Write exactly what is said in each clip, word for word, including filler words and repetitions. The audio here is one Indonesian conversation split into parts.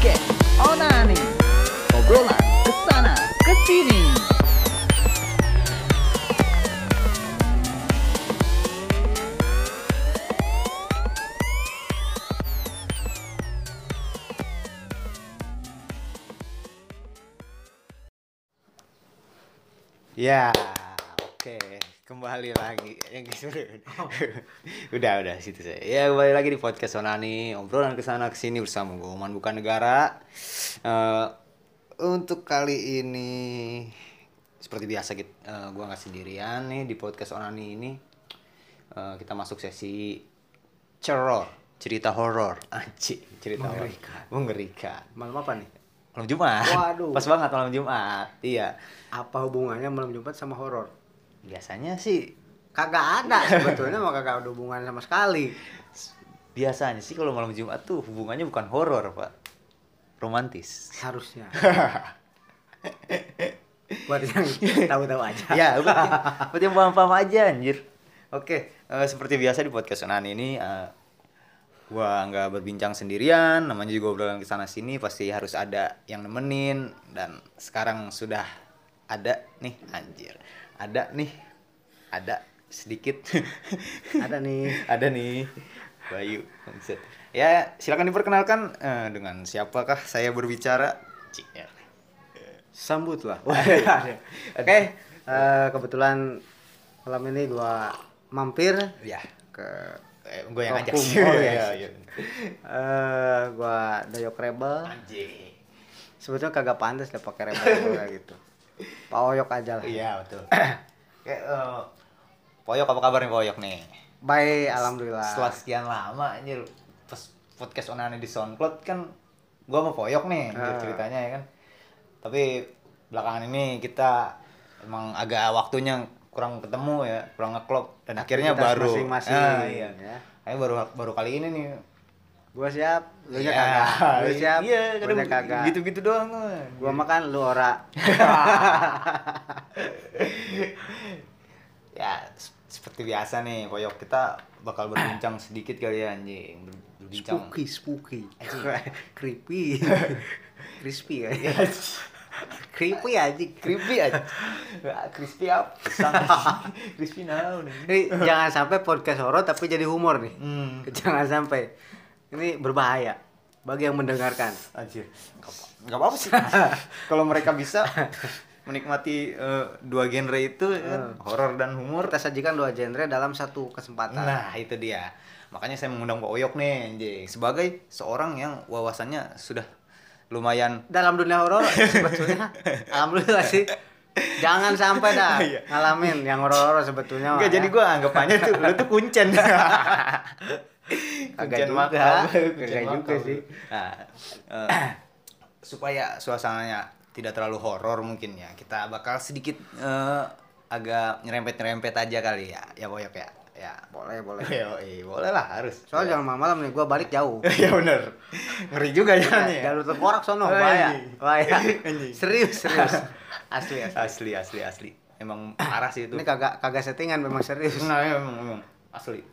podcast Onani. Obrolan kesana kesini. Ya, oke, kembali lagi. Yang udah, udah situ saya. Ya, kembali lagi di podcast Onani, obrolan kesana kesini bersama gue, Oman Bukan Negara. Uh, untuk kali ini, seperti biasa, gitu, uh, gue nggak sendirian nih di podcast Onani ini. Uh, kita masuk sesi ceror, cerita horor, anjing, cerita Mengerikan. horor, mengerikan. Malam apa nih? Malam Jumat. Waduh. Pas banget malam Jumat. Iya. Apa hubungannya malam Jumat sama horor? Biasanya sih Kagak ada sebetulnya, mah kagak ada hubungan sama sekali. biasanya sih kalau malam Jumat tuh hubungannya bukan horor, Pak. Romantis. Harusnya. Buat yang tahu-tahu aja. Ya, buat, buat yang paham-paham aja anjir. Oke, uh, seperti biasa di podcast Onani ini uh, gua nggak berbincang sendirian, namanya juga obrolan kesana sini, pasti harus ada yang nemenin. Dan sekarang sudah ada nih, anjir, ada nih, ada sedikit, Ada nih. ada nih, Bayu. Ya, silakan diperkenalkan uh, dengan siapakah saya berbicara. Cik, ya. Sambutlah. Oke, okay, uh, kebetulan malam ini gua mampir Ya, ke eh, gue yang ngajak Kokum. sih. Oh, ya, yes. ya. Eh, gua Dayok Rebel. Anjing. Sebetulnya kagak pantas deh pakai rebel kayak gitu. Pak Oyok aja lah. Iya, betul. Oke, uh, Poyok, apa kabar nih Poyok nih? Baik, alhamdulillah. Setelah sekian lama anjir, pas podcast Onani di SoundCloud kan gua sama Poyok nih anjir, Ah. ceritanya ya kan. Tapi belakangan ini kita emang agak waktunya kurang ketemu ya, kurang ngeklop, dan akhirnya Aktivitas baru masing-masing, Ah, iya. ya. Kayak baru baru kali ini nih. Gua siap, lu nya Iya, kagak. Lu siap, Iya, lu kadang nya kagak. gitu-gitu doang. Gua makan, lu ora. Ya, s- seperti biasa nih, Poyok, kita bakal berbincang sedikit kali ya anjing. Ber- Berbincang. Spooky, spooky. Creepy. Crispy ya. Creepy aja. Creepy aja. Wah, crispy apa? Crispy now nih. Ini jangan sampai podcast horor tapi jadi humor nih. Hmm. Jangan sampai. Ini berbahaya bagi yang mendengarkan. Anjir. Enggak apa-apa sih. Kalau mereka bisa menikmati eh, dua genre itu kan, horor dan humor. Kita sajikan dua genre dalam satu kesempatan. Nah, itu dia. Makanya saya mengundang Pak Oyok nih, anjing, sebagai seorang yang wawasannya sudah lumayan. Dalam dunia horor sebetulnya alhamdulillah sih. Jangan sampai dah Iya. ngalamin yang horor-horor sebetulnya. Enggak, mah, jadi ya. gua anggapannya tuh lu tuh kuncen. Kagak juga, makam, kagak kuncen juga makam. sih. Nah, eh, supaya suasananya tidak terlalu horor mungkin ya, kita bakal sedikit eh, agak nyerempet-nyerempet aja kali ya, ya Boyok ya. Ya, Boleh, boleh. Yoi, boleh lah, harus. Soalnya jangan malam-malam nih, gua balik jauh. Ya bener. Ngeri juga ya nih. Ya. Jalur tengkorak sono, Anjing. bahaya. Bahaya. Anjing. Serius, serius. Asli, asli. Asli, asli, asli. Emang parah sih itu. Ini kagak kagak settingan, memang serius. Nah, ya, emang, emang asli.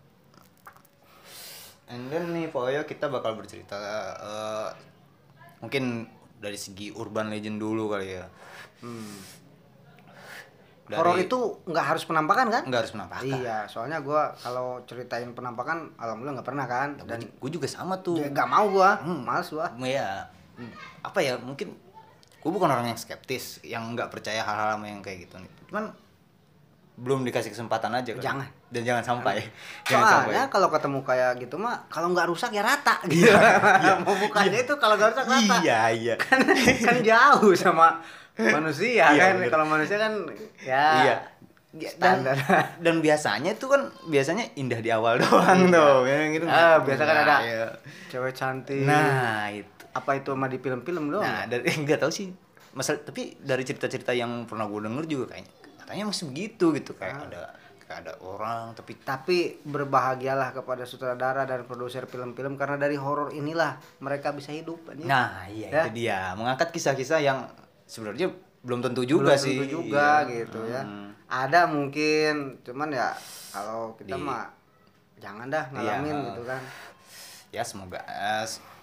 And then nih Poyo, kita bakal bercerita eh, mungkin dari segi urban legend dulu kali ya. Hmm. Dari- Horor itu nggak harus penampakan kan? nggak harus penampakan. Iya, soalnya gua kalau ceritain penampakan alhamdulillah nggak pernah kan. Dan gue juga sama tuh. nggak mau gua, Hmm. males gua. Ya, apa ya, mungkin gue bukan orang yang skeptis, yang nggak percaya hal-hal yang kayak gitu nih. Cuman belum dikasih kesempatan aja kan. Jangan. Dan jangan sampai. Jangan Soalnya kalau ketemu kayak gitu mah kalau nggak rusak ya rata gitu. Mau bukanya itu kalau nggak rusak rata. Iya, iya. Kan, kan jauh sama manusia Iya, kan. bener. Kalau manusia kan ya Iya. Dan, standar. dan biasanya itu kan biasanya indah di awal doang tuh, ya gitu. Ah, biasa kan Nah, ada iya. cewek cantik. Nah, itu. Apa itu mah di film-film doang? Nah, dari enggak tahu sih. Masal tapi dari cerita-cerita yang pernah gue denger juga kayaknya katanya masih begitu gitu, kayak Ah. ada kayak ada orang tapi Tapi berbahagialah kepada sutradara dan produser film-film karena dari horor inilah mereka bisa hidup. anjing. nah, iya Ya. itu dia. Mengangkat kisah-kisah yang sebenarnya belum tentu juga Belum sih. tentu juga Iya. gitu ya. Hmm. Ada mungkin, cuman ya kalau kita Di- mah jangan dah ngalamin Iya. gitu kan. Ya semoga eh,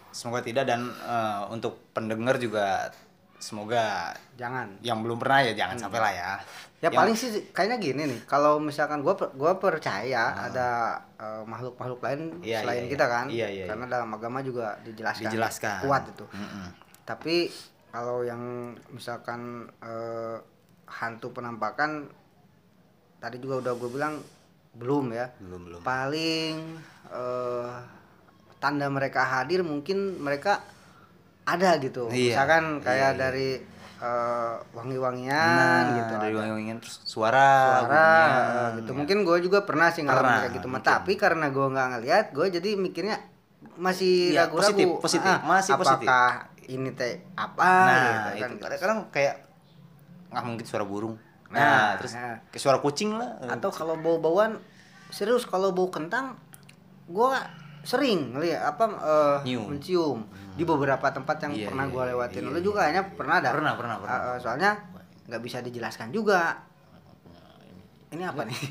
semoga tidak, dan uh, untuk pendengar juga semoga Jangan. yang belum pernah ya jangan hmm. sampai lah ya. Ya yang... paling sih kayaknya gini nih, kalau misalkan gua gua percaya hmm. ada uh, makhluk-makhluk lain iya, selain iya, kita kan, iya, iya, karena iya. dalam agama juga dijelaskan, dijelaskan. kuat itu. Mm-mm. Tapi kalau yang misalkan uh, hantu penampakan tadi juga udah gue bilang belum ya. Belum belum. Paling uh, tanda mereka hadir mungkin mereka ada gitu. Iya, Misalkan kayak iya, iya. dari uh, wangi-wangian nah, gitu. Dari ada. wangi-wangian terus suara, Suara uh, gitu. Ya. Mungkin gue juga pernah sih ngalamin kayak gitu. Mungkin. Tapi karena gue nggak ngeliat, gue jadi mikirnya masih ya, ragu-ragu. Positif, positif. Ah, masih apakah positif. ini teh apa Nah, gitu kan. itu kadang-kadang kayak nggak mungkin suara burung. Nah, Nah, terus nah. kayak suara kucing lah. Atau kalau bau-bauan serius, kalau bau kentang gua sering ngeliat apa uh, mencium hmm. di beberapa tempat yang iya, pernah iya, gua lewatin. iya, Lu iya. juga kayaknya pernah ada. Pernah, pernah, pernah. Uh, uh, soalnya nggak bisa dijelaskan juga. Ini apa nih?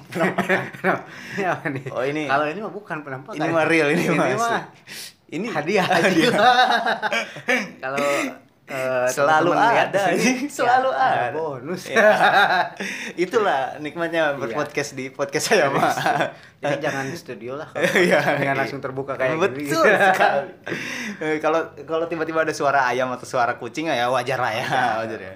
Ini apa nih? Oh, ini. Kalau ini mah bukan penampakan. Ini mah real, ini, ini mah. Ini hadiah. hadiah. Kalau Uh, selalu teman-teman ada, sini, selalu ya, ada bonus. Ya. Itulah nikmatnya berpodcast di podcast saya mah. Jadi jangan di studio lah. Iya. Jangan langsung terbuka kayak gini. Betul sekali. Kalau kalau tiba-tiba ada suara ayam atau suara kucing ya wajar lah ya, wajar ya.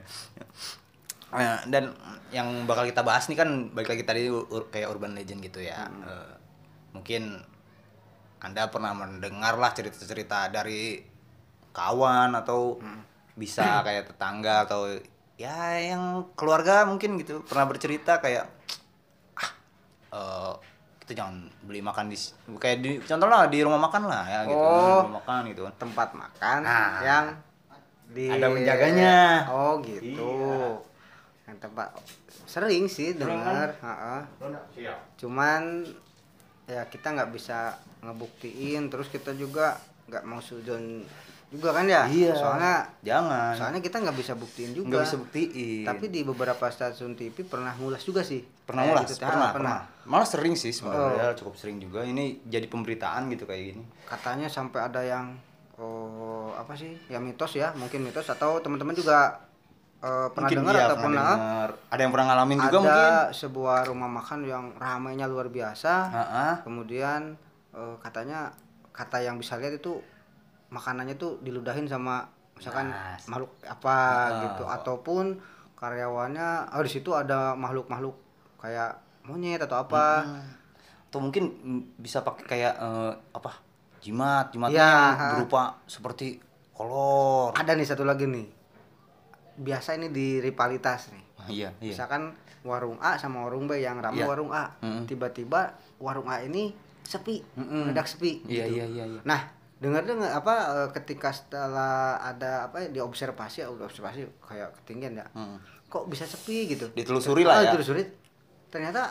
Nah, dan yang bakal kita bahas nih kan balik lagi tadi ur- kayak urban legend gitu ya. Hmm. Uh, mungkin Anda pernah mendengar lah cerita-cerita dari kawan atau hmm. bisa kayak tetangga atau ya yang keluarga mungkin gitu pernah bercerita kayak ah uh, kita jangan beli makan di kayak di contohnya di rumah makan lah ya gitu. Oh, rumah makan gitu tempat makan nah, yang di ada menjaganya. Oh gitu. Iya. Yang tempat sering sih dengar, heeh. Cuman ya kita nggak bisa ngebuktiin, terus kita juga nggak mau suzon juga kan ya. Iya. Soalnya jangan. Soalnya kita nggak bisa buktiin juga. Nggak bisa buktiin. Tapi di beberapa stasiun T V pernah ngulas juga sih. Pernah ngulas. Gitu, pernah, pernah. pernah. Malah sering sih sebenarnya, oh. cukup sering juga. Ini jadi pemberitaan gitu kayak gini. Katanya sampai ada yang oh apa sih? Ya mitos ya, mungkin mitos atau teman-teman juga uh, pernah dengar iya, ataupun pernah denger. Ada yang pernah ngalamin juga ada mungkin. Ada sebuah rumah makan yang ramainya luar biasa. Uh-huh. Kemudian uh, katanya kata yang bisa lihat itu makanannya tuh diludahin sama misalkan nah, makhluk apa oh. gitu, ataupun karyawannya oh di situ ada makhluk-makhluk kayak monyet atau apa. Hmm. Atau mungkin bisa pakai kayak uh, apa? Jimat, jimatnya ya, yang berupa seperti kolor. Ada nih satu lagi nih. Biasa ini di rivalitas nih. Iya, iya. Misalkan warung A sama warung B, yang ramai yeah. warung A. Mm-hmm. Tiba-tiba warung A ini sepi, mm-hmm. mendadak sepi iya, gitu. Iya, iya, iya. Nah, dengar-dengar apa ketika setelah ada apa diobservasi, observasi kayak ketinggian ya. Hmm. Kok bisa sepi gitu? Ditelusuri lah oh, ya. Ditelusuri. Ternyata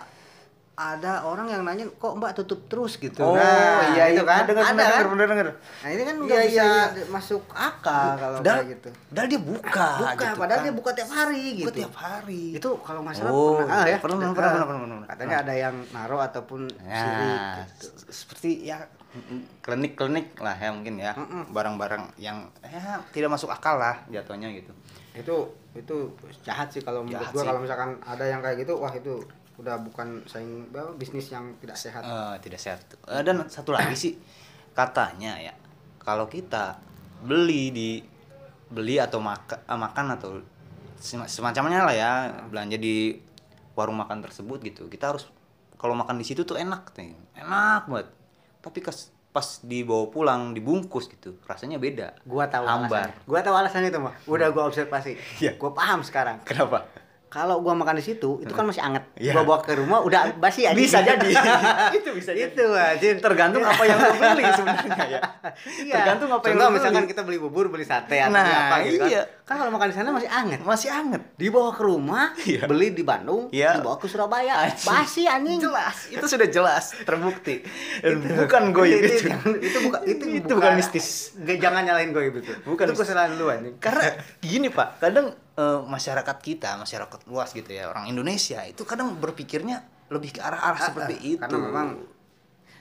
ada orang yang nanya, kok Mbak tutup terus gitu. Oh, nah, iya itu kan dengar, ada dengar, kan? Bener, denger. Nah, ini kan enggak iya, bisa iya. masuk akal kalau kayak gitu. Padahal dia buka. Buka, gitu padahal kan. dia buka tiap hari gitu. Buka tiap hari. Itu kalau enggak salah oh, pernah ah, ya. Pernah, pernah, pernah, pernah, pernah, pernah. Katanya ada yang naruh ataupun ya, sirik gitu. Seperti ya klinik-klinik lah ya mungkin ya. Mm-mm. Barang-barang yang ya tidak masuk akal lah jatuhnya gitu. Itu itu jahat sih kalau menurut gua, kalau misalkan ada yang kayak gitu, wah itu udah bukan saing bisnis yang tidak sehat. Uh, tidak sehat. Uh, dan satu lagi sih katanya ya, kalau kita beli di beli atau maka, uh, makan atau semacamnya lah ya, belanja di warung makan tersebut gitu, kita harus kalau makan di situ tuh enak nih, enak banget. Tapi kas, pas dibawa pulang dibungkus gitu, rasanya beda. Gua tahu hambar. Alasannya. Gua tahu alasannya itu mah. Udah gua observasi. Yeah. Gua paham sekarang. Kenapa? Kalau gua makan di situ, itu kan masih anget. Yeah. Gua bawa ke rumah udah basi aja. Bisa jadi. Itu bisa jadi. Itu aja. Tergantung apa yang lu beli sebenarnya ya. Iya. Tergantung apa yang lu beli. Misalkan kita beli bubur, beli sate atau nah, apa gitu iya. kan. Kan kalau makan di sana masih anget. Masih anget. Dibawa ke rumah, iya. beli di Bandung, iya. dibawa ke Surabaya. Basi anjing. Jelas. Itu sudah jelas terbukti. Bukan goib itu. Itu bukan itu, itu bukan mistis. Jangan nyalain goib itu. Bukan itu kesalahan lu anjing. Karena gini, Pak, kadang Uh, masyarakat kita, masyarakat luas gitu ya, orang Indonesia itu kadang berpikirnya lebih ke arah-arah ah, seperti ah, itu. Karena memang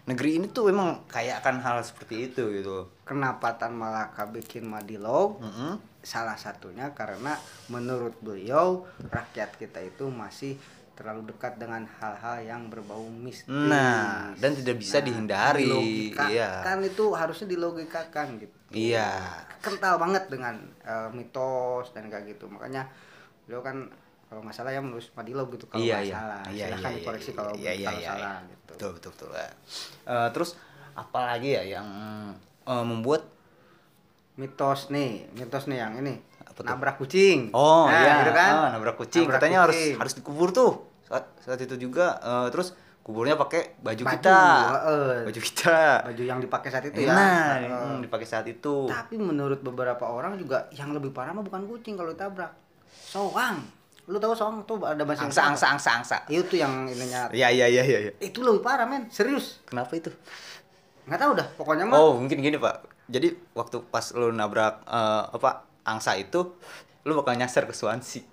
negeri ini tuh memang kayak akan hal seperti itu gitu. Kenapa Tan Malaka bikin Madilog? Mm-hmm. Salah satunya karena menurut beliau rakyat kita itu masih terlalu dekat dengan hal-hal yang berbau mistis. Nah, dan tidak bisa nah, dihindari. Iya. Kan itu harusnya dilogikakan gitu. Iya. Kental banget dengan uh, mitos dan kayak gitu. Makanya beliau kan kalau nggak salah ya menulis Madilog gitu kalau nggak iya, iya. salah. Iya, silahkan iya, dikoreksi iya, kalau iya, iya, kalau iya, salah iya. gitu. Betul betul betul. Uh, terus apalagi ya yang uh, membuat mitos nih, mitos nih yang ini nabrak kucing. Oh nah, iya, gitu kan? oh, nabrak kucing. Nabrak Katanya kucing. harus harus dikubur tuh. Saat saat itu juga uh, terus kuburnya pakai baju, baju kita. Uh, baju kita. Baju yang dipakai saat itu nah, ya. Nah, uh, dipakai saat itu. Tapi menurut beberapa orang juga yang lebih parah mah bukan kucing kalau ditabrak. Soang. Lu tahu soang tuh ada bahasa angsa, angsa, angsa, angsa. Itu yang ininya. Iya, iya, iya, iya. Itu lebih parah, men. Serius. Kenapa itu? Nggak tahu dah, pokoknya mah. Oh, mungkin gini, Pak. Jadi waktu pas lu nabrak uh, apa angsa itu, lu bakal nyasar ke Swansea.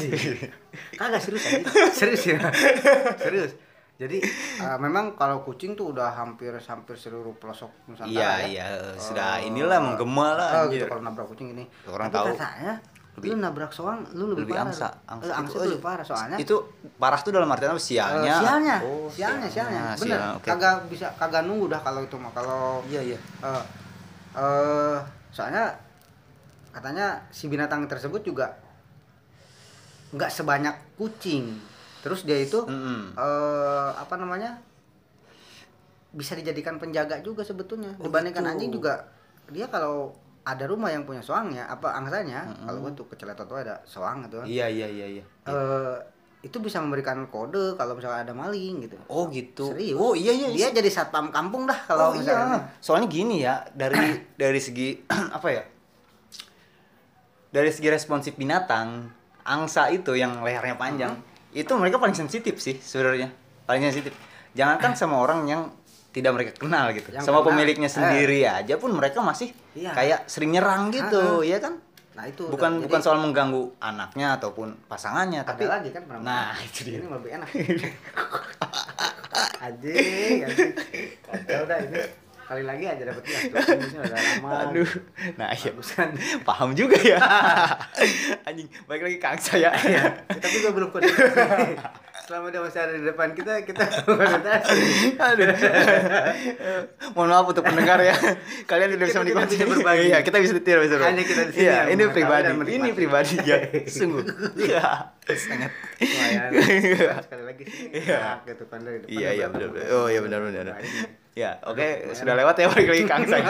Kagak serius aja. Serius ya. Serius. Jadi uh, memang kalau kucing tuh udah hampir hampir seluruh pelosok Nusantara. Iya, ya. iya, sudah uh, inilah menggema lah. Uh, gitu kalau nabrak kucing ini. Orang Tapi tahu. Katanya lebih, lu nabrak soang, lu lebih, lebih parah. Angsa. Angsa, uh, angsa itu, itu lebih parah soalnya. Itu parah tuh dalam artian apa? Sialnya. Uh, sialnya. Oh, sialnya, sialnya. Nah, Bener. sial, okay. Kagak bisa kagak nunggu dah kalau itu mah. Kalau iya, iya. Uh, uh, soalnya katanya si binatang tersebut juga nggak sebanyak kucing. Terus dia itu mm-hmm. uh, apa namanya bisa dijadikan penjaga juga sebetulnya. Oh, dibandingkan gitu. Anjing juga dia kalau ada rumah yang punya soangnya apa angsanya mm-hmm. kalau gua tuh keceletot tuh ada soang gitu kan. Iya iya iya iya. Uh, itu bisa memberikan kode kalau misalnya ada maling gitu. Oh gitu. Serius. Oh iya iya. Dia jadi satpam kampung dah kalau oh, misalnya. Iya. Soalnya gini ya dari dari segi apa ya? Dari segi responsif binatang, angsa itu yang lehernya panjang, hmm. itu mereka paling sensitif sih sebenarnya, paling sensitif. Jangankan sama orang yang tidak mereka kenal gitu, yang sama kenal. Pemiliknya sendiri eh. aja pun mereka masih iya. kayak sering nyerang gitu, ya kan? Nah itu bukan udah, bukan jadi, soal mengganggu anaknya ataupun pasangannya, ada tapi lagi kan pernah. Nah itu dia. Ini lebih enak. Anjing, anjing. Kacau dah ini. Kali lagi aja dapat ya, udah lama. Aduh, nah iya, kan. Paham juga ya. Anjing, balik lagi ke angsa ya. Ya, tapi gue belum kode. Selama dia masih ada di depan kita, kita konsultasi. Aduh. Mohon maaf untuk pendengar ya. Kalian tidak bisa menikmati. Berbagi. Iya, kita bisa tidak bisa berbagi. Hanya kita di sini. Iya, ini pribadi. Ini pribadi ya. Sungguh. Iya. Sangat. Lumayan. Sekali lagi sih. Iya. Gitu kan dari depan. Iya, iya benar benar. Oh, iya benar benar. Ya, oke, okay. Sudah lewat ya balik lagi Kang Sang.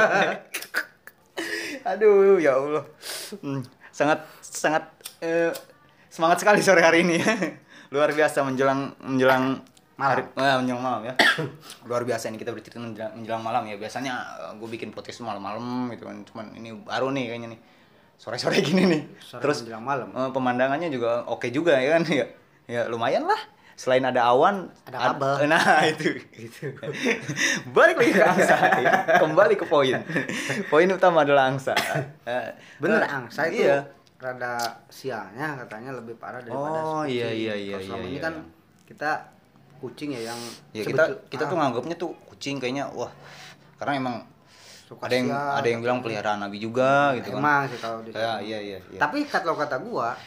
Aduh, ya Allah. Hmm, sangat sangat eh, semangat sekali sore hari ini. Luar biasa menjelang menjelang malam. Hari, eh, menjelang malam ya. Luar biasa ini kita bercerita menjelang, menjelang malam ya. Biasanya uh, gue bikin podcast malam-malam gitu kan. Cuman ini baru nih kayaknya nih. Sore-sore gini nih. Sore Terus menjelang malam. Uh, pemandangannya juga oke okay juga ya kan ya. Ya lumayan lah. Selain ada awan, ada kabel. Ad, nah itu. Gitu. Balik lagi ke angsa. Ya. Kembali ke poin. Poin utama adalah angsa. Bener uh, angsa itu iya. rada sialnya katanya lebih parah daripada oh, kucing. iya iya iya. Selama iya, ini iya. kan kita kucing ya yang ya, kita kita ah. tuh nganggapnya tuh kucing kayaknya wah karena emang suka ada yang sial, ada yang bilang peliharaan nabi juga nah, gitu kan. Emang sih kalau di ya, iya, iya, iya. Tapi kalau kata gua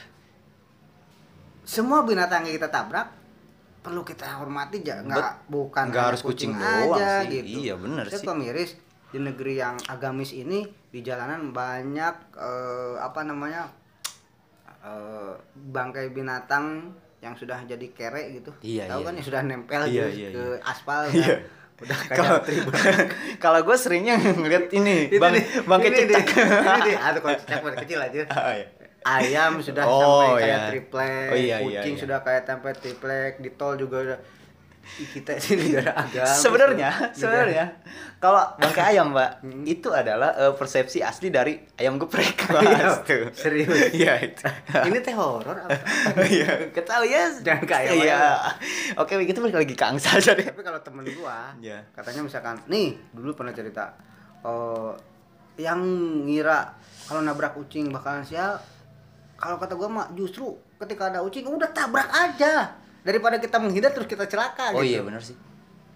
semua binatang yang kita tabrak perlu kita hormati aja, nggak bukan nggak harus kucing, kucing doang aja, sih. Gitu. Iya benar sih. Pemiris di negeri yang agamis ini di jalanan banyak eh, apa namanya eh, bangkai binatang yang sudah jadi kere gitu. Iya, tahu iya. kan yang sudah nempel iya, gitu iya, ke iya. aspal kan. Iya. Udah kayak tribun. Kalau gue seringnya ngeliat ini bang bangkai cicak. Ini deh, aduh kalau cicak kecil aja. Oh, iya. Ayam sudah oh, sampai iya. kayak triplek, oh, iya, kucing iya, iya. sudah kayak tempe triplek, di tol juga udah. Kita sini negara agama. Sebenarnya, sebenarnya kalau bangkai ayam, Mbak, hmm. itu adalah uh, persepsi asli dari ayam geprek, Mas. Tuh. Serius? Iya itu. Ini teh horor apa? Iya, ketahui ya. Jangan kayak Iya. Oke, begitu balik lagi ke angsa aja deh. Tapi kalau temen gua, yeah. katanya misalkan, nih dulu pernah cerita, uh, yang ngira kalau nabrak kucing bakalan sial. Kalau kata gua mah justru ketika ada kucing udah tabrak aja daripada kita menghindar terus kita celaka. Oh gitu. iya benar sih.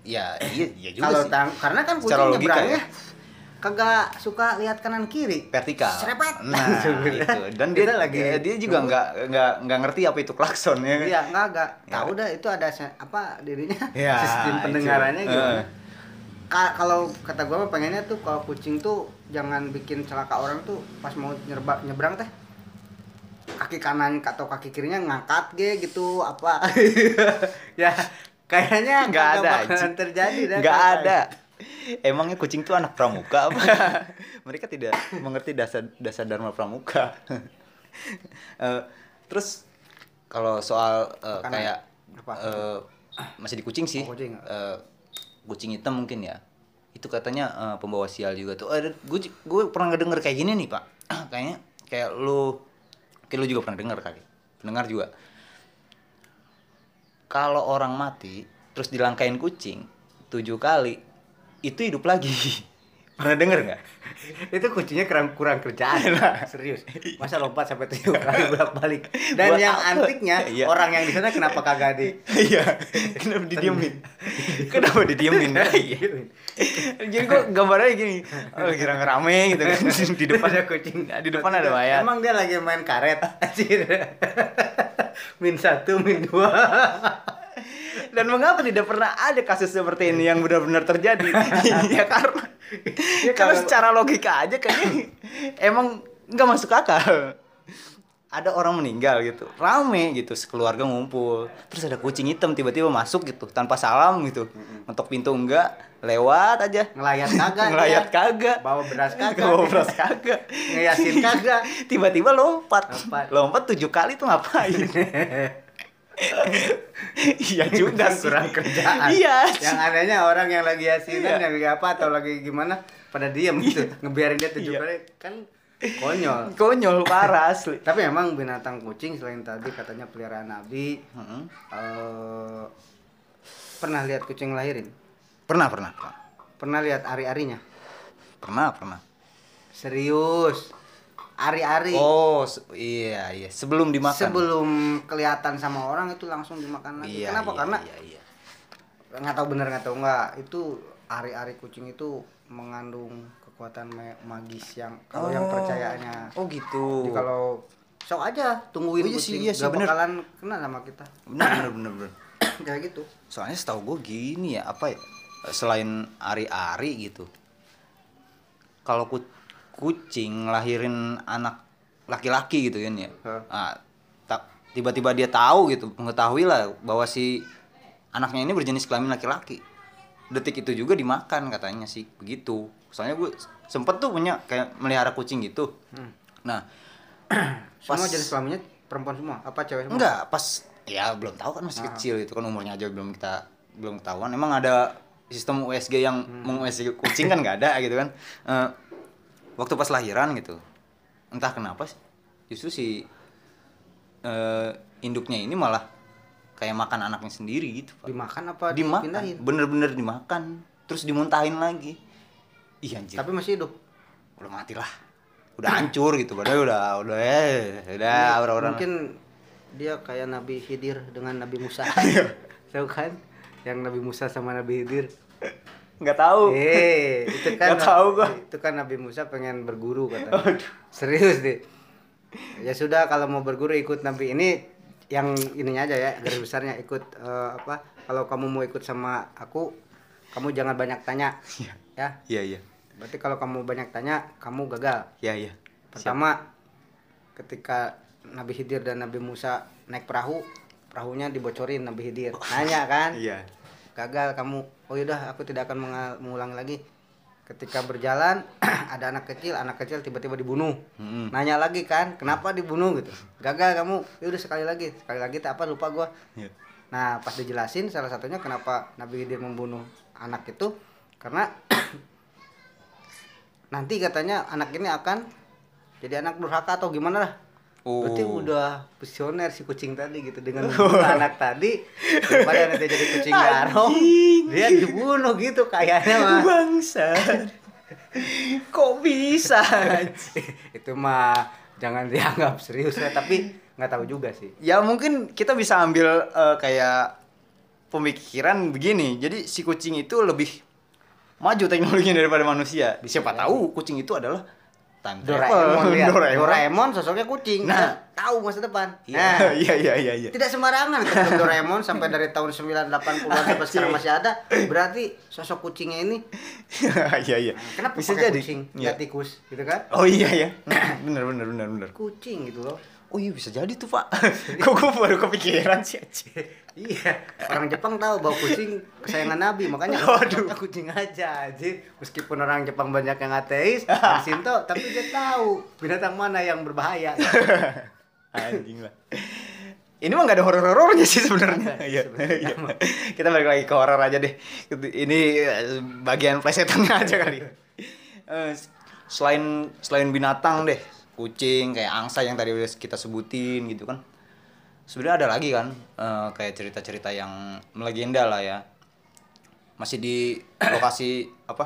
Ya, iya, iya juga Kalau sih. tang- karena kan Secara kucing logika nyebrangnya ya. kagak suka lihat kanan kiri. Vertikal. Serepet. Nah, itu. Dan dia Kita lagi dia, dia juga ngebut. nggak nggak nggak ngerti apa itu klakson ya. Iya, enggak enggak. Ya. Tahu dah itu ada se- apa dirinya Ya, sistem itu. pendengarannya gimana. Eh. Ka- kalau kata gua mah pengennya tuh kalau kucing tuh jangan bikin celaka orang tuh pas mau nyerba, nyebrang teh kaki kanan atau kaki kirinya ngangkat ge gitu apa. Ya kayaknya Nggak kagak ada, bakalan anjing. terjadi dah. Nggak kalau ada. kayak Emangnya kucing tuh anak pramuka apa? Mereka tidak mengerti dasar dasar dharma pramuka. Eh, terus kalau soal eh, Makanan. kayak Apa? eh, masih di kucing sih. Oh, kucing. Eh, kucing hitam mungkin ya. Itu katanya eh, pembawa sial juga tuh. Ada gue gue pernah ngedenger kayak gini nih, Pak. Kayaknya kayak lu kayak lu juga pernah denger kali. Pendengar juga. Kalau orang mati terus dilangkain kucing tujuh kali itu hidup lagi. Pernah denger nggak? itu kucingnya kurang kurang kerjaan serius masa lompat sampai tujuh kali bolak balik dan Buat yang apa? antiknya Iya. orang yang di sana kenapa kagak di Iya. Kenapa didiemin? Kenapa didiemin? Iya. Jadi gua gambarnya gini, oh, kira ngerame gitu kan di depan ada kucing di depan ada mayat. emang dia lagi main karet anjir. Min satu min dua Dan mengapa tidak pernah ada kasus seperti ini yang benar-benar terjadi? Ya karena Ya, karena kalau- secara logika aja kayaknya emang nggak masuk akal. Ada orang meninggal gitu, rame gitu, sekeluarga ngumpul, terus ada kucing hitam tiba-tiba masuk gitu tanpa salam gitu, ngetok pintu enggak, lewat aja, ngelayat kagak ngelayat dia. kagak, bawa beras kagak bawa beras kagak, ngeyasin kagak tiba-tiba lompat, Lompat. lompat tujuh kali tuh ngapain? Iya juga sih. kurang kerjaan Iya. yang anehnya orang yang lagi yasinan Iya. yang lagi apa atau lagi gimana pada diem gitu ngebiarin dia tujuh Iya. kali kan konyol. Konyol parah asli. Tapi emang binatang kucing selain tadi katanya peliharaan Nabi, Heeh. eh, pernah lihat kucing lahirin? Pernah, pernah, pernah. Pernah lihat ari-arinya? Pernah, pernah. Serius? Ari-ari? Oh, se- iya, iya. Sebelum dimakan. Sebelum kelihatan sama orang itu langsung dimakan lagi. Iya, Kenapa? iya, Karena iya, iya. nggak tahu bener nggak tahu nggak. Itu ari-ari kucing itu mengandung kekuatan ma- magis yang kalau yang Oh. percayaannya. Oh, gitu. Jadi kalau sok aja tungguin Oh, iya sih, kucing, iya sih, gak bener. bakalan kena sama kita. Benar, benar, benar, benar. Kayak gitu. Soalnya setahu gue gini ya, apa ya? Selain ari-ari gitu. Kalau ku- kucing ngelahirin anak laki-laki gitu kan ya. Hah. Nah, ta- tiba-tiba dia tahu gitu, mengetahui lah bahwa si anaknya ini berjenis kelamin laki-laki. Detik itu juga dimakan katanya sih, begitu. Soalnya gue sempet tuh punya kayak melihara kucing gitu. Hmm. Nah, Semua Pas- jenis kelaminnya perempuan semua? Apa cewek semua? enggak, pas ya belum tahu kan masih Ah. kecil itu kan umurnya aja belum kita belum ketahuan. Emang ada sistem U S G yang Hmm. meng-U S G kucing kan nggak ada gitu kan. Eh, waktu pas lahiran gitu. Entah kenapa sih justru si eh, induknya ini malah kayak makan anaknya sendiri gitu, Pak. Dimakan apa Dimakan, dipindahin? bener-bener dimakan, terus dimuntahin lagi. Iya anjir. Tapi masih hidup. Udah mati lah. Udah hancur gitu, padahal udah udah eh udah Ini orang-orang. Mungkin dia kayak Nabi Khidir dengan Nabi Musa. Tahu kan? Yang Nabi Musa sama Nabi Khidir. Nggak tahu. Eh, itu kan Nggak tahu gua. Itu kan Nabi Musa pengen berguru katanya. Serius deh. Ya sudah kalau mau berguru ikut Nabi ini yang ininya aja ya, garis besarnya ikut eh, apa? Kalau kamu mau ikut sama aku, kamu jangan banyak tanya. Ya. Iya, iya. Berarti kalau kamu banyak tanya, kamu gagal. Iya, iya. Pertama, ketika Nabi Khidir dan Nabi Musa naik perahu, perahunya dibocorin Nabi Khidir. Nanya kan? Iya. Gagal kamu. Oh yaudah, aku tidak akan mengal- mengulangi lagi. Ketika berjalan, ada anak kecil, anak kecil tiba-tiba dibunuh. Mm-mm. Nanya lagi kan, kenapa dibunuh gitu? Gagal kamu. Yaudah sekali lagi, sekali lagi tak apa lupa gua. Iya. Nah, pas dijelasin salah satunya kenapa Nabi Khidir membunuh anak itu karena nanti katanya anak ini akan jadi anak durhaka atau gimana lah. Oh. Berarti udah visioner si kucing tadi gitu dengan membunuh anak tadi daripada nanti jadi kucing garong Anjing. dia dibunuh gitu kayaknya mah. Bangsa. Kok bisa? Itu mah jangan dianggap serius ya, tapi nggak tahu juga sih. Ya mungkin kita bisa ambil eh, kayak pemikiran begini. Jadi si kucing itu lebih maju teknologinya daripada manusia. Siapa ya, tahu kucing itu adalah time Doraemon, lihat. Doraemon. Doraemon sosoknya kucing. Nah, tahu masa depan. Iya, nah, iya, iya, iya, iya. Tidak sembarangan kalau Doraemon sampai dari tahun sembilan puluh delapan puluhan sampai sekarang masih ada. Berarti sosok kucingnya ini iya, iya. Kenapa bisa pakai jadi kucing, ya. Nggak tikus, gitu kan? Oh iya ya. bener bener bener bener. Kucing gitu loh. Oh iya bisa jadi tuh Pak. Kok gue baru kepikiran sih aja. Iya, orang Jepang tahu bahwa kucing kesayangan Nabi, makanya Waduh. kucing aja aja. Meskipun orang Jepang banyak yang ateis, yang Shinto, tapi dia tahu binatang mana yang berbahaya. Anjing lah. Ini mah nggak ada horor-horornya sih sebenarnya. Iya. Kita balik lagi ke horor aja deh. Ini bagian plesetannya aja kali. Selain selain binatang deh, kucing kayak angsa yang tadi udah kita sebutin gitu kan. Sebenarnya ada lagi kan uh, kayak cerita-cerita yang melegenda lah ya. Masih di lokasi apa?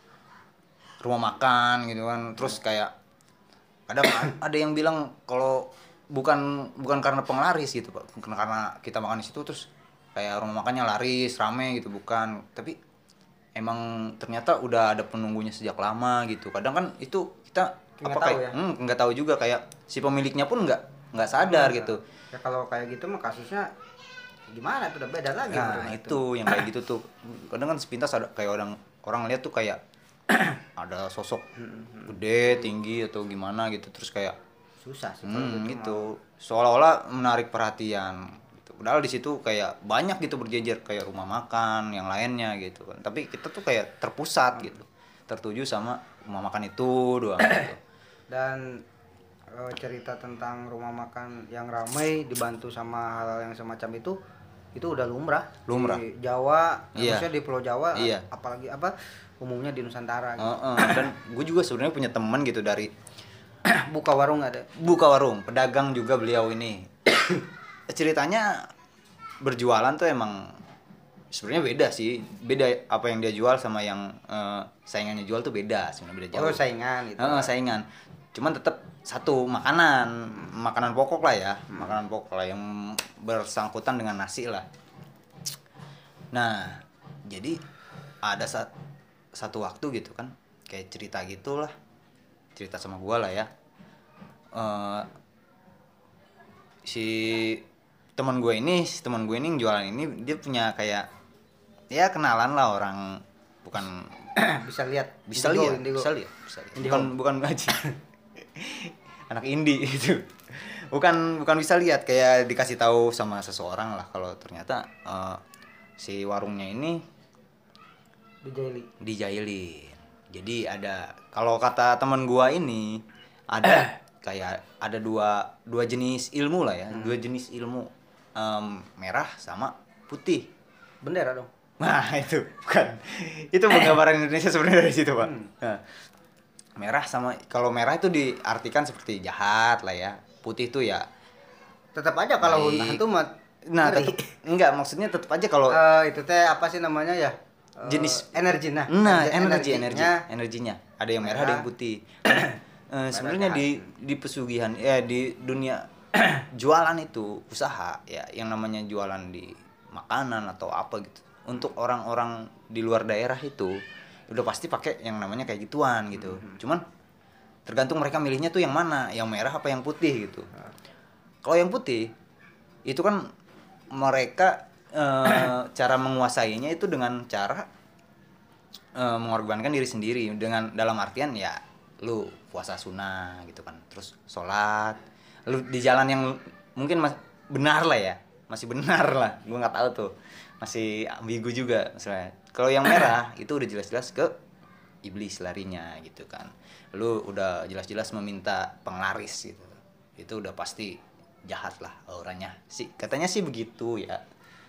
Rumah makan gitu kan. Terus kayak kadang ada yang bilang kalau bukan bukan karena penglaris gitu, Pak. Bukan karena kita makan di situ terus kayak rumah makannya laris, rame gitu, bukan. Tapi emang ternyata udah ada penunggunya sejak lama gitu. Kadang kan itu kita nggak apa tahu kayak ya? hmm, nggak tahu juga kayak si pemiliknya pun nggak nggak sadar Nah, gitu. Ya kalau kayak gitu mah kasusnya gimana tuh, udah beda lagi. Nah itu, itu yang kayak gitu tuh kadang kan sepintas ada kayak orang orang lihat tuh kayak ada sosok gede tinggi atau gimana gitu terus kayak susah sih hmm, gitu seolah-olah menarik perhatian gitu. Padahal di situ kayak banyak gitu berjejer kayak rumah makan yang lainnya gitu kan, tapi kita tuh kayak terpusat gitu, tertuju sama rumah makan itu doang gitu. Dan e, cerita tentang rumah makan yang ramai dibantu sama hal yang semacam itu itu udah lumrah, lumrah. Di Jawa, iya. maksudnya di Pulau Jawa, iya. apalagi apa umumnya di Nusantara gitu. Uh, uh. Dan gue juga sebenarnya punya teman gitu dari buka warung ada, buka warung pedagang juga beliau ini. Ceritanya berjualan tuh emang sebenarnya beda sih, beda apa yang dia jual sama yang uh, saingannya jual tuh beda sebenarnya, beda jauh. Oh saingan gitu. Uh, saingan cuman tetap satu makanan makanan pokok lah ya, hmm. makanan pokok lah yang bersangkutan dengan nasi lah. Nah jadi ada sa- satu waktu gitu kan kayak cerita gitulah, cerita sama gua lah ya, uh, si teman gue ini si teman gue ini yang jualan ini dia punya kayak ya kenalan lah orang, bukan bisa lihat bisa indigo, lihat indigo. bisa lihat bisa lihat bukan bukan ngaji anak indie itu bukan bukan bisa lihat kayak dikasih tahu sama seseorang lah kalau ternyata uh, si warungnya ini dijaili dijailin. Jadi ada kalau kata teman gua ini ada kayak ada dua dua jenis ilmu lah ya, hmm. dua jenis ilmu, um, merah sama putih. Bendera dong. Nah itu bukan itu penggambaran Indonesia sebenarnya dari situ Pak. Hmm. Nah, merah sama kalau merah itu diartikan seperti jahat lah ya, putih itu ya tetap aja kalau hantu mah. Nah tetap enggak, maksudnya tetap aja kalau uh, itu teh apa sih namanya ya, uh, jenis energi nah nah energi energinya energinya ada yang merah, merah. Ada yang putih. uh, sebenarnya di di pesugihan ya di dunia jualan itu usaha ya, yang namanya jualan di makanan atau apa gitu untuk orang-orang di luar daerah itu udah pasti pakai yang namanya kayak gituan gitu. Mm-hmm. Cuman tergantung mereka milihnya tuh yang mana, yang merah apa yang putih gitu. Nah. Kalau yang putih itu kan mereka e, cara menguasainya itu dengan cara e, mengorbankan diri sendiri, dengan dalam artian ya lu puasa sunnah gitu kan, terus sholat, lu di jalan yang mungkin mas, benar lah ya, masih benar lah, gue nggak tahu tuh, masih ambigu juga misalnya. Kalau yang merah itu udah jelas-jelas ke iblis larinya gitu kan. Lu udah jelas-jelas meminta penglaris gitu. Itu udah pasti jahat lah auranya. Sih katanya sih begitu ya.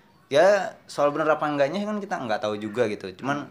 Ya soal benar apa enggaknya kan kita nggak tahu juga gitu. Cuman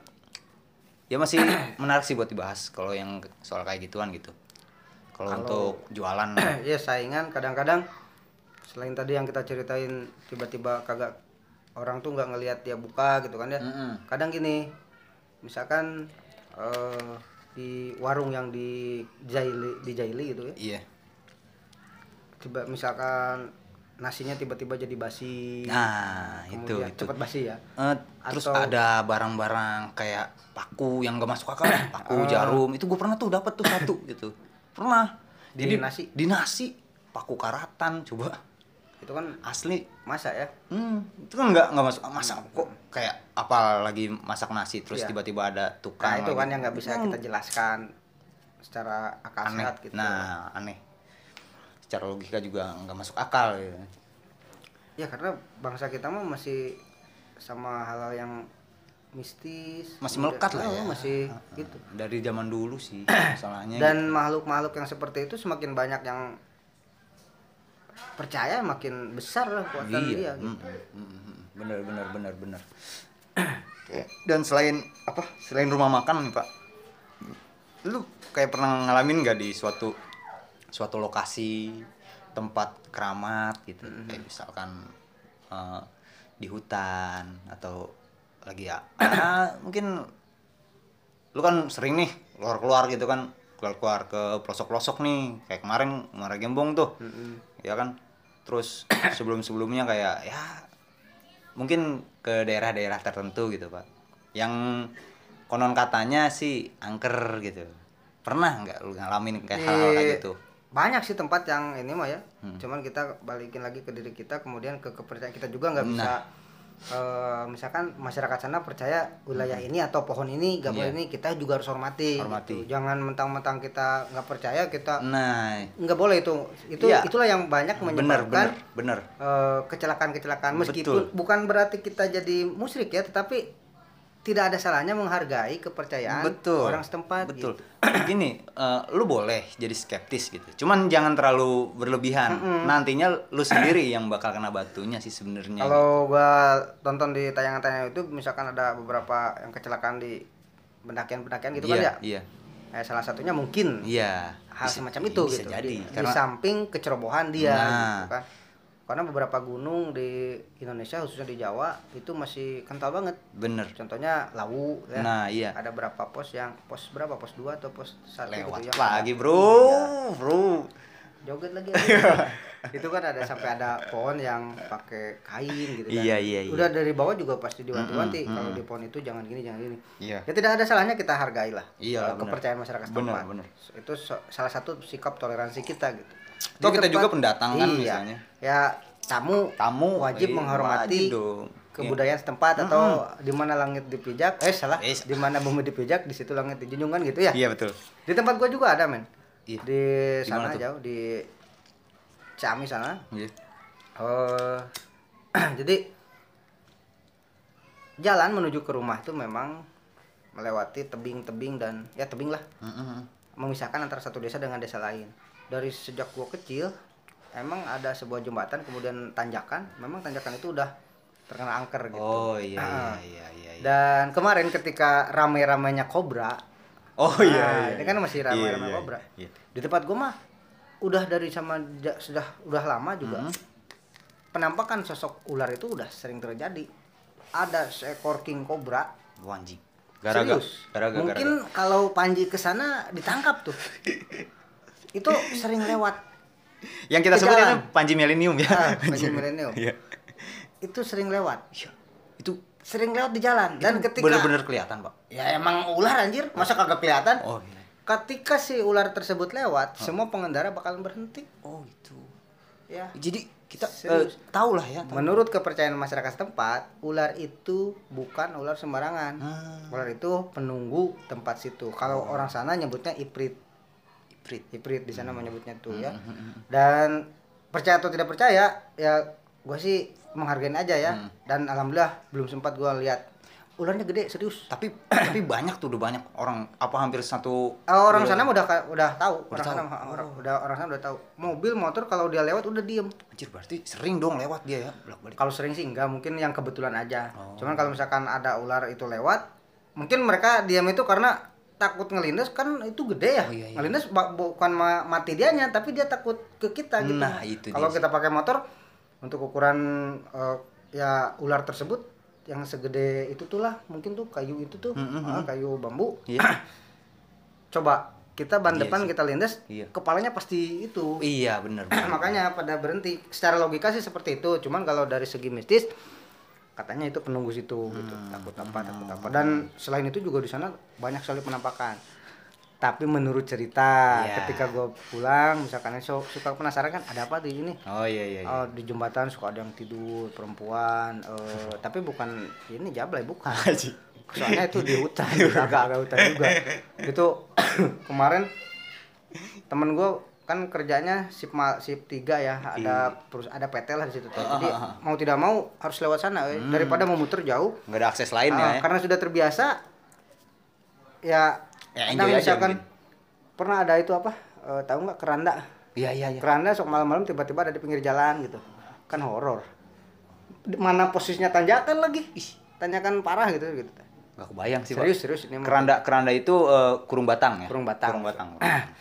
ya masih menarik sih buat dibahas kalau yang soal kayak gituan gitu. Kalau untuk jualan ya saingan kadang-kadang selain tadi yang kita ceritain tiba-tiba kagak orang tuh nggak ngelihat dia buka gitu kan ya. Mm-hmm. Kadang gini, misalkan uh, di warung yang di jaili di jaili gitu ya. Iya. Coba misalkan nasinya tiba-tiba jadi basi. Nah, itu kemudian itu. cepat basi ya. Uh, terus Atau- ada barang-barang kayak paku yang gak masuk akal, paku jarum. Itu gue pernah tuh dapat tuh satu gitu. Pernah. Di Jadi nasi? Di nasi, paku karatan coba. Itu kan Asli. masa ya. Hmm, itu kan nggak nggak masuk masak kok kayak apa lagi masak nasi terus Iya. tiba-tiba ada Nah, tukang itu lagi. kan yang nggak bisa Hmm, kita jelaskan secara akal aneh. sehat gitu. Nah, aneh. Secara logika juga nggak masuk akal gitu. Ya karena bangsa kita mah masih sama hal-hal yang mistis, Masih kemudian- melekat lah oh, ya. masih gitu. Dari zaman dulu sih masalahnya. Dan gitu. makhluk-makhluk yang seperti itu semakin banyak yang percaya, makin besar lah kekuatan dia Iya. gitu. Mm, mm, mm, bener bener bener bener. Dan selain apa? Selain rumah makan nih Pak, lu kayak pernah ngalamin nggak di suatu suatu lokasi tempat keramat gitu, mm-hmm. kayak misalkan uh, di hutan atau lagi ya, ah, mungkin lu kan sering nih keluar-keluar gitu kan, keluar-keluar ke pelosok-pelosok nih, kayak kemarin Muara Gembong tuh, mm-hmm. ya kan. Terus sebelum-sebelumnya kayak ya mungkin ke daerah-daerah tertentu gitu Pak, yang konon katanya sih angker gitu. Pernah nggak lu ngalamin kayak hal-hal kayak gitu? Banyak sih tempat yang ini mah ya, hmm. cuman kita balikin lagi ke diri kita, kemudian ke kepercayaan kita juga nggak bisa. Nah. Uh, misalkan masyarakat sana percaya wilayah hmm. ini atau pohon ini nggak boleh yeah. ini, kita juga harus hormati, hormati. Gitu. Jangan mentang-mentang kita nggak percaya kita nah nggak boleh itu itu yeah. itulah yang banyak menyebabkan bener, bener, bener. Uh, kecelakaan-kecelakaan. Meskipun Betul. bukan berarti kita jadi musyrik ya, tetapi tidak ada salahnya menghargai kepercayaan Betul. orang setempat. Betul. Gitu. Gini, uh, lu boleh jadi skeptis gitu. Cuman jangan terlalu berlebihan. Mm-hmm. Nantinya lu sendiri yang bakal kena batunya sih sebenarnya. Kalau gitu. Gua tonton di tayangan-tayangan itu, misalkan ada beberapa yang kecelakaan di pendakian-pendakian gitu yeah, kan ya. Iya. Eh, salah satunya mungkin yeah. hal bisa, semacam itu bisa gitu. Jadi. Di, Karena... di samping kecerobohan dia nah. gitu kan. Karena beberapa gunung di Indonesia khususnya di Jawa itu masih kental banget. Bener. Contohnya Lawu ya. Nah, iya. Ada berapa pos yang pos berapa? Pos dua atau pos satu Lewat gitu ya. lagi, Bro. Iya. Bro. Joget lagi. Itu kan ada sampai ada pohon yang pakai kain gitu kan. Iya, iya, iya. Udah dari bawah juga pasti diwanti-wanti, mm-hmm. kalau di pohon itu jangan gini, jangan gini. Iya. Ya tidak ada salahnya kita hargailah. Iya, kepercayaan masyarakat setempat. Bener, bener. Itu so- salah satu sikap toleransi kita gitu. Toh kita juga pendatang kan iya. misalnya. Ya tamu, tamu wajib eh, menghormati wajib kebudayaan yeah. setempat, atau mm-hmm. di mana langit dipijak, eh salah, eh, di mana bumi dipijak, di situ langit dijunjung kan gitu ya. Iya betul. Di tempat gua juga ada men. Iya. Di sana jauh di Ciamis sana. Iya. Uh, jadi jalan menuju ke rumah itu memang melewati tebing-tebing dan ya tebing lah, mm-hmm. memisahkan antara satu desa dengan desa lain. Dari sejak gua kecil emang ada sebuah jembatan, kemudian tanjakan. Memang tanjakan itu udah terkena angker gitu. Oh iya, nah, iya, iya, iya. Dan kemarin ketika rame-ramenya kobra. Oh iya, nah, iya. Ini kan masih rame-rame iya, iya, kobra. Iya. Di tempat gua mah udah dari sama sudah udah lama juga. Mm-hmm. Penampakan sosok ular itu udah sering terjadi. Ada seekor king kobra. Anjing. Gara-gara. Gara-gara. Mungkin gara-gara. Kalau Panji kesana ditangkap tuh. Itu sering lewat. Yang kita sebut kan Panji Millennium ya. Ah, Panji Millennium. Iya. Itu sering lewat. Ya, itu sering lewat di jalan. Dan ketika bener-bener kelihatan, Pak. Ya emang ular anjir, masa kagak kelihatan? Oh iya. Ketika si ular tersebut lewat, oh. semua pengendara bakalan berhenti. Oh itu. Ya. Jadi kita uh, tahu lah ya. Tahu. Menurut kepercayaan masyarakat setempat, ular itu bukan ular sembarangan. Hmm. Ular itu penunggu tempat situ. Kalau oh. orang sana nyebutnya ifrit. Ifrit, ifrit di sana hmm. menyebutnya tuh ya. Hmm. Dan percaya atau tidak percaya, ya gue sih menghargain aja ya. Hmm. Dan alhamdulillah belum sempat gue lihat ularnya gede serius. Tapi tapi banyak tuh, udah banyak orang, apa hampir satu oh, orang sana udah udah tahu. Udah orang tahu. sana orang, udah orang sana udah tahu. Mobil, motor kalau dia lewat udah diem. Anjir, berarti sering dong lewat dia ya, bolak-balik. Kalau sering sih enggak, mungkin yang kebetulan aja. Oh. Cuman kalau misalkan ada ular itu lewat, mungkin mereka diam itu karena takut ngelindes, kan itu gede ya. Oh, iya, iya. Ngelindes bukan mati dianya, tapi dia takut ke kita gitu. Nah, itu kalau kita pakai motor untuk ukuran uh, ya ular tersebut yang segede itu tuh lah, mungkin tuh kayu itu tuh, mm-hmm. uh, kayu bambu. Yeah. Coba kita ban Iya depan sih. kita lindas, Iya. kepalanya pasti itu. Iya benar. Makanya pada berhenti. Secara logika sih seperti itu. Cuman kalau dari segi mistis katanya itu penunggu situ gitu. Takut apa, takut apa. Dan selain itu juga di sana banyak sekali penampakan. Tapi menurut cerita Iya. ketika gue pulang, misalkan so, suka penasaran kan ada apa di sini? Oh iya iya. iya. Oh, di jembatan suka ada yang tidur perempuan. Eh, tapi bukan ini jablay bukan. Soalnya itu di hutan, agak-agak hutan juga. Itu kemarin temen gue kan kerjanya shift mal, shift tiga ya, ada terus ada P T lah di situ tuh. Jadi mau tidak mau harus lewat sana eh. Hmm. Daripada mau muter jauh. Nggak ada akses lain Ah, ya. karena sudah terbiasa ya, Ya, kadang enjoy aja misalkan mungkin. pernah ada itu apa? Eh, tahu nggak keranda? Iya iya iya. Keranda sok malam-malam tiba-tiba ada di pinggir jalan gitu. Kan horor. Di mana posisinya tanjakan lagi? Ih, tanjakan parah gitu gitu. Nggak kebayang sih, Serius, Pak. serius ini mah. Keranda keranda itu eh, kurung batang ya? Kurung batang. Kurung batang.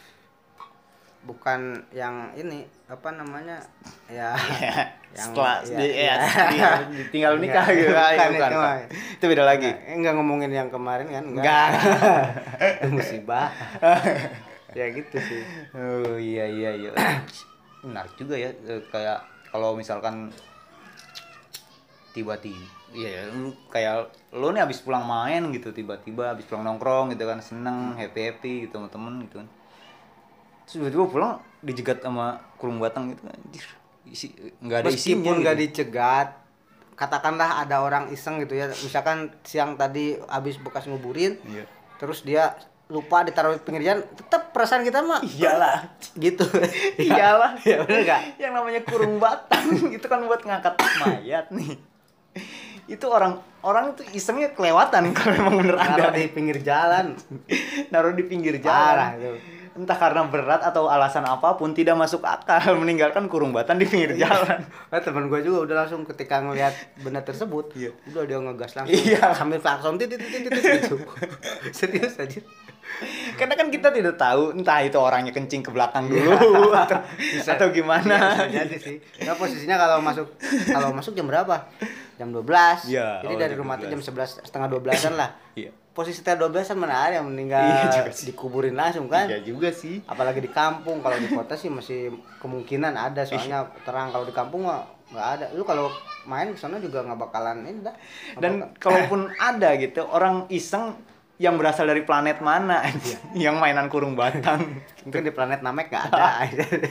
Bukan yang ini apa namanya? Ya yang Setelah ya, di, ya. ya, ditinggal nikah gitu. Bukan, Bukan, itu bukan, mah. bukan. Itu beda lagi. Enggak, enggak ngomongin yang kemarin kan? Enggak. Itu musibah. Ya gitu sih. Oh iya iya iya. Menarik juga ya, eh, kayak kalau misalkan tiba-tiba iya lu kayak lu nih habis pulang main gitu, tiba-tiba habis pulang nongkrong gitu kan, seneng happy happy gitu sama temen gitu kan, terus tiba-tiba pulang dijegat sama kurung batang gitu kan, anjir isi nggak ada isinya Meskipun nggak gitu. dicegat, katakanlah ada orang iseng gitu ya, misalkan siang tadi habis bekas nguburin, Iya. terus dia lupa ditaruh di pinggir jalan, tetap perasaan kita mah Iyalah. gitu. Iyalah. Ya bener gak? Yang namanya kurung batang itu kan buat ngangkat mayat nih. Itu orang orang itu isengnya kelewatan kalau memang bener ada Taruh di pinggir jalan. naruh di pinggir Parah jalan. itu. Entah karena berat atau alasan apapun tidak masuk akal meninggalkan kurung batang di pinggir jalan. Nah, teman gue juga udah langsung ketika ngelihat benda tersebut, Iya. udah dia ngegas langsung Iya. sambil klakson titit titit titit gitu. Serius aja. Karena kan kita tidak tahu entah itu orangnya kencing ke belakang dulu atau, Bisa. atau gimana. Bisa jadi sih. Nah, posisinya kalau masuk kalau masuk jam berapa? Jam dua belas. Iya, Jadi oh, dari jam rumah dua tuh belas. jam sebelas setengah dua belasan lah. Iya. Posisi setelah dua belasan mana ada yang meninggal Iya juga sih. dikuburin langsung kan? Iya juga sih. Apalagi di kampung, kalau di kota sih masih kemungkinan ada soalnya terang, kalau di kampung mah nggak ada. Lu kalau main ke sana juga nggak bakalan ini dah. Nggak Dan bakal- kalaupun ada gitu orang iseng yang berasal dari planet mana aja yang mainan kurung batang. mungkin di planet Namek nggak ada.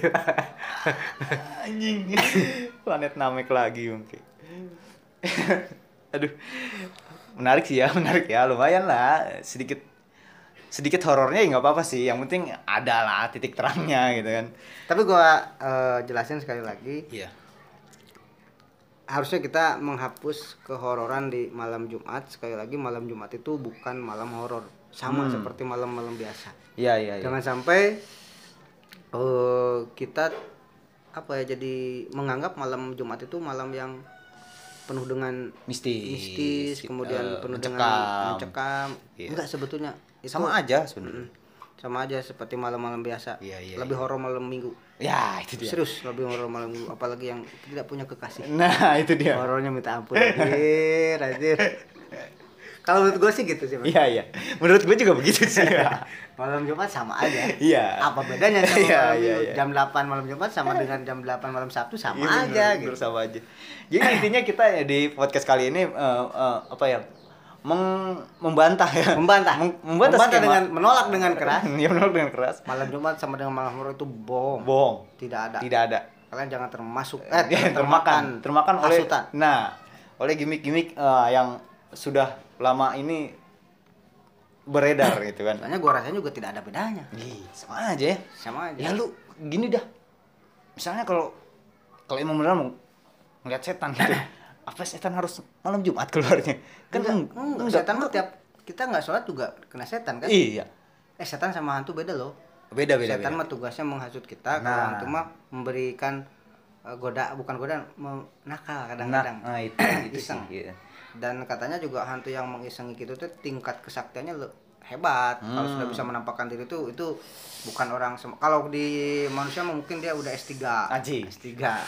Anjing. Planet Namek lagi mungkin. Aduh. Menarik sih ya, menarik ya. Lumayan lah, sedikit sedikit horornya ya nggak apa-apa sih. Yang penting ada lah titik terangnya gitu kan. Tapi gua eh, jelasin sekali lagi, Iya. harusnya kita menghapus kehororan di malam Jumat. Sekali lagi malam Jumat itu bukan malam horor, sama Hmm. seperti malam-malam biasa. Iya, iya, iya. Jangan sampai eh, kita apa ya, jadi menganggap malam Jumat itu malam yang penuh dengan mistis, mistis, kemudian eh, penuh dengan mencekam. mencekam. Iya. Enggak, sebetulnya itu Sama aja sebenarnya. Mm, sama aja seperti malam-malam biasa. Iya, iya, Lebih horor malam Minggu. Ya, itu dia. Serius, lebih horor malam Minggu, apalagi yang tidak punya kekasih. Nah, itu dia. Horornya minta ampun, anjir, anjir. Kalau menurut gue sih gitu sih, Mas. Iya, iya. Menurut gue juga begitu sih. Malam Jumat sama aja. Iya. Apa bedanya sama Iya, malam iya, Minggu? iya. Jam delapan malam Jumat sama dengan jam delapan malam Sabtu sama Iya, aja bener, gitu. bener, sama aja. Jadi intinya kita ya di podcast kali ini eh, eh, apa ya? Meng, membantah ya. Membantah. Mem- membantah, Membantah skema. dengan menolak dengan keras. Ya menolak dengan keras. Malam Jumat sama dengan malam horor itu bohong. Bohong. Tidak ada. Tidak ada. Kalian jangan termasuk Eh, eh termakan, termakan oleh hasutan. nah, oleh gimmick-gimmick eh, yang sudah lama ini beredar gitu kan. Soalnya gua rasanya juga tidak ada bedanya. Ih, sama aja ya. Sama aja. Ya lu gini dah. Misalnya kalau kalau emang beneran mau ngeliat setan gitu. Apa setan harus malam Jumat keluarnya? Kan enggak, eng- enggak, enggak. setan mah tiap kita nggak sholat juga kena setan kan? Iya. Eh, setan sama hantu beda loh. Beda beda. Setan beda. mah tugasnya menghasut kita, kalau Nah. hantu mah memberikan eh, goda bukan godaan, me- nakal Nah, kadang-kadang. nah itu itu sih. Iseng. Iya. Dan katanya juga hantu yang mengisengi gitu tuh tingkat kesaktiannya le- hebat. Kalau Hmm. sudah bisa menampakkan diri itu itu bukan orang sem- kalau di manusia mah mungkin dia udah S tiga. Anjing. S tiga.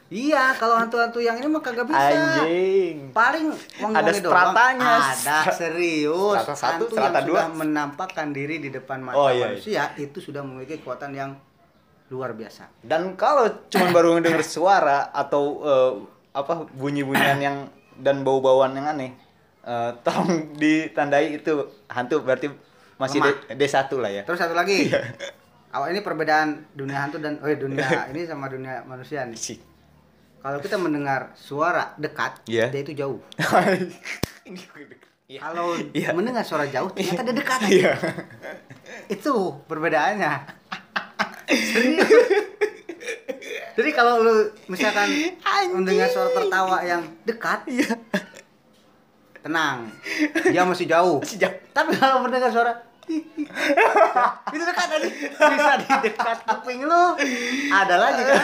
Iya, kalau hantu-hantu yang ini mah kagak bisa. Anjing. Paling ada stratanya. Ada serius. Strata satu, hantu strata yang dua. sudah menampakkan diri di depan mata Oh, iya, manusia itu sudah memiliki kekuatan yang luar biasa. Dan kalau cuma baru ngedenger suara atau uh, apa bunyi-bunyian yang dan bau-bauan yang aneh, uh, tolong ditandai itu hantu, berarti masih D, D1 lah ya. Terus satu lagi. Awal ini perbedaan dunia hantu dan oh dunia ini sama dunia manusia nih. Kalau kita mendengar suara dekat, yeah. dia itu jauh. Yeah. Kalau yeah. mendengar suara jauh, ternyata dia dekat. Yeah. Itu perbedaannya. Serius. Jadi kalau lu misalkan Anjing. mendengar suara tertawa yang dekat, yeah. tenang, dia masih jauh. Masih jauh. Tapi kalau mendengar suara itu dekat tadi, bisa di dekat kuping lu. Ada lagi kan?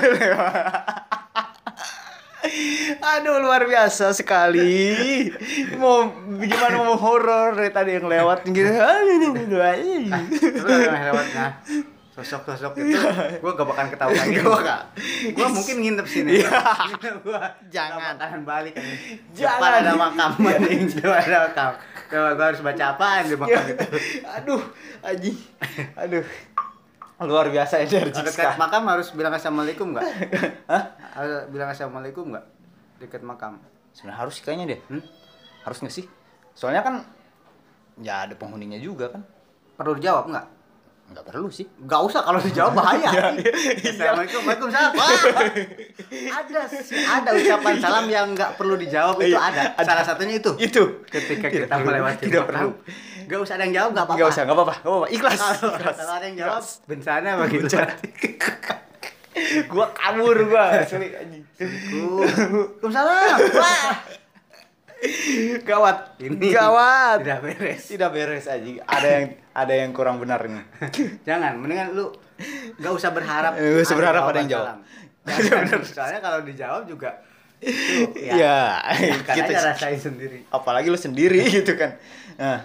Aduh, luar biasa sekali. Mau gimana mau horor dari tadi yang lewat gitu. Aduh, yang lewatnya sosok-sosok itu gue gak bakalan ketawa lagi. Gue gak, gue mungkin nginep sini. Gua jangan bakalan balik kan. Jangan ada makam mending ada makam. Gue harus baca apaan di makam itu. Aduh, Aji. Aduh. Luar biasa energi. Dekat makam harus bilang assalamualaikum nggak? Hah? Harus bilang assalamualaikum nggak? Dekat makam. Sebenarnya harus kayaknya deh. Hmm? Harus nggak sih? Soalnya kan ya ada penghuninya juga kan. Perlu dijawab nggak? Nggak perlu sih. Nggak usah, kalau dijawab bahaya. Ya, Assalamualaikum, waalaikumsalam. Ada sih, ada ucapan salam yang nggak perlu dijawab itu ada. Salah satunya itu. Itu. Ketika kita melewati tidak perlu. Gak usah ada yang jawab, gak apa-apa. Gak usah, gak apa-apa, gak apa-apa. Ikhlas. Kalau, Ikhlas. kalau ada yang jawab, bencana bagi lu. Gua kabur gua, asli anjing. Waalaikumsalam. Wah. Gawat. Ini gawat. Tidak beres. Tidak beres anjing. Ada yang ada yang kurang benar nih. Jangan, mendingan lu gak usah berharap. Gak usah berharap ada yang jawab. Jangan, soalnya kalau dijawab juga itu, ya, ya kita aja rasain sendiri. Apalagi lu sendiri gitu kan. Nah,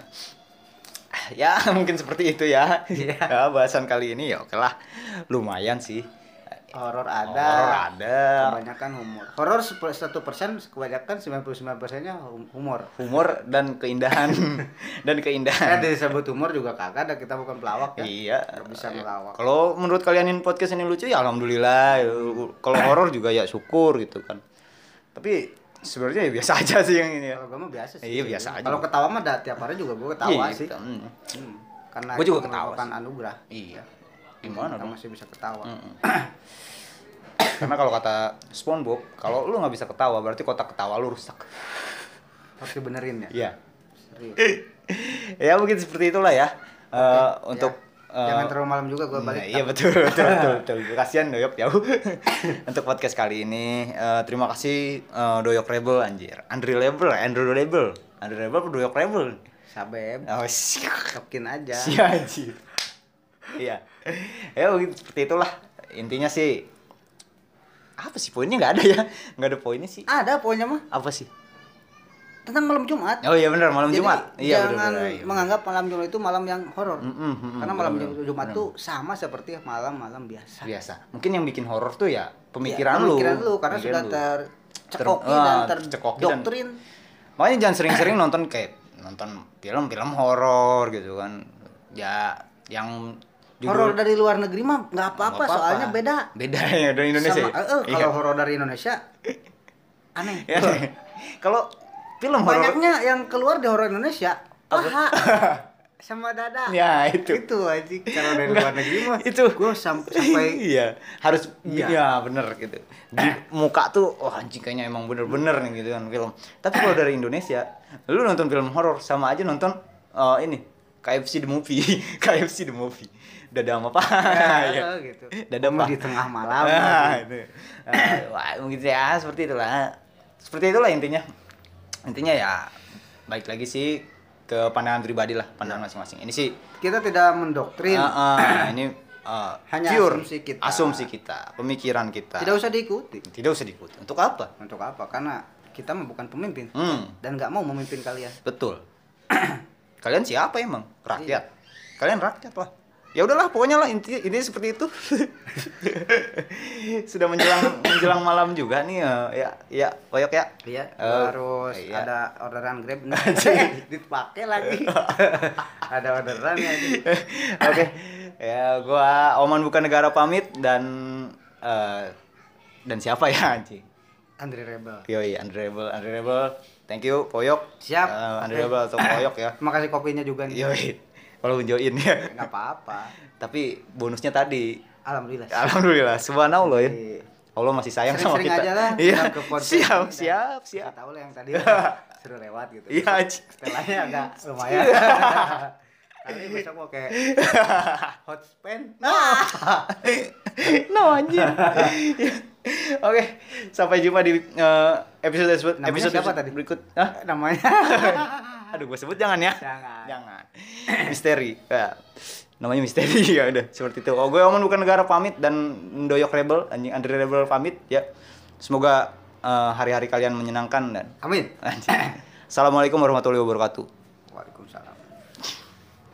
ya mungkin seperti itu ya. Yeah. Ya, bahasan kali ini ya oke lah, lumayan sih. Horor ada. Horor ada. Kebanyakan humor. Horor satu persen, kebanyakan sembilan puluh sembilan persennya humor. Humor dan keindahan dan keindahan. Kan disebut humor juga kagak ada, kita bukan pelawak ya. Iya. Gak bisa ngelawak. Kalau menurut kalian ini podcast ini lucu ya alhamdulillah. Kalau horor juga ya syukur gitu kan. Tapi sebenarnya ya biasa aja sih yang ini ya. Kalau gue mah biasa sih. Iya biasa aja. Kalau ketawa mah dah tiap hari juga gue ketawa iya, sih. Kan. Hmm. Karena gue juga ketawa. Kan anugerah. Iya. Gimana kita dong? masih bisa ketawa. Karena kalau kata SpongeBob, kalau lu nggak bisa ketawa berarti kotak ketawa lu rusak. Harus dibenerin ya. Iya. Serius. Ya mungkin seperti itulah ya. Okay, uh, untuk ya. Jangan terlalu malam juga gue balik. Nah, iya betul betul betul. betul. Kasihan Doyok jauh. Untuk podcast kali ini uh, terima kasih uh, Doyok Rebel anjir. Andrew Rebel, Andrew Rebel. Andrew Rebel atau Doyok Rebel? Sabeb. Oh, siap. Tokin aja. Siap anjir. Iya. Ya mungkin seperti itulah. Intinya sih apa sih poinnya, nggak ada ya? Nggak ada poinnya sih. Ada poinnya mah. Apa sih? Tentang malam Jumat. Oh iya benar, malam Jadi, Jumat. Iya jangan benar. Iya, menganggap malam Jumat itu malam yang horor. Mm, mm, mm, Karena malam bener, Jumat bener. tuh sama seperti malam-malam biasa. Biasa. Mungkin yang bikin horor tuh ya pemikiran ya, lu. Pemikiran lu karena Pemikiran sudah lu. tercekoki Ter- dan ah, terdoktrin. tercekoki dan- Makanya jangan sering-sering nonton kayak nonton film-film horor gitu kan. Ya yang judul- Horor dari luar negeri mah nggak apa-apa, Nggak apa-apa. soalnya beda. Beda ya dari Indonesia. Sama, ya? eh, eh, Iya. kalau horor dari Indonesia aneh. Ya, kalau film horor Banyaknya yang keluar di horor Indonesia paha sama dada. ya itu. Itu aja kalau dari luar negeri mah. Itu Gue sam- sampai iya harus Iya. iya bener gitu di muka tuh oh anjing kayaknya emang bener-bener nih gitu kan film. Tapi kalau dari Indonesia lu nonton film horor sama aja nonton uh, ini K F C the movie. K F C the movie dada sama apa ya, gitu. dada Cuma apa di tengah malam. nah, itu. Uh, wah mungkin ya seperti itulah seperti itulah intinya intinya ya baik lagi sih ke pandangan pribadi lah, pandangan masing-masing. Ini sih Kita tidak mendoktrin. uh, uh, ini uh, Hanya pure asumsi kita. asumsi kita, pemikiran kita. Tidak usah diikuti. Tidak usah diikuti. Untuk apa? Untuk apa? Karena kita mah bukan pemimpin Hmm, dan nggak mau memimpin kalian. betul. Kalian siapa emang? Rakyat. Kalian rakyat lah. ya udahlah pokoknya lah inti ini seperti itu. Sudah menjelang menjelang malam juga nih ya ya ya Oyok ya. Iya, uh, harus iya. ada orderan Grab dipakai lagi. Ada orderan ya. Oke. Okay. Ya gua Oman Bukan Negara pamit dan uh, dan siapa ya anjing? Andre Rebel. Yoi, Andre Rebel, Andre Rebel. Thank you Poyok. Siap. Uh, Andre Rebel atau Poyok ya. Makasih kopinya juga nih. Yoi. Kalau join ya. Enggak apa-apa. Tapi bonusnya tadi. Alhamdulillah. Alhamdulillah. Subhanallah ya. Allah masih sayang sama Sering-sering kita. Aja lah, iya. Siap, ini, siap, siap. Tahu lah yang tadi seru lewat gitu. Iya. Setelahnya agak lumayan. Kali besok mau kayak hot span. Nah. No anjir. Oke, sampai jumpa di uh, episode episode, episode siapa tadi? Berikut. Hah? Namanya. Aduh, gue sebut jangan ya. Jangan. Jangan. Misteri. Ya. Namanya misteri ya udah seperti itu. Oh, gue Oman Bukan Negara pamit dan Doyok Rebel, anjing Andre Rebel pamit ya. Semoga uh, hari-hari kalian menyenangkan dan amin. Assalamualaikum warahmatullahi wabarakatuh. Waalaikumsalam.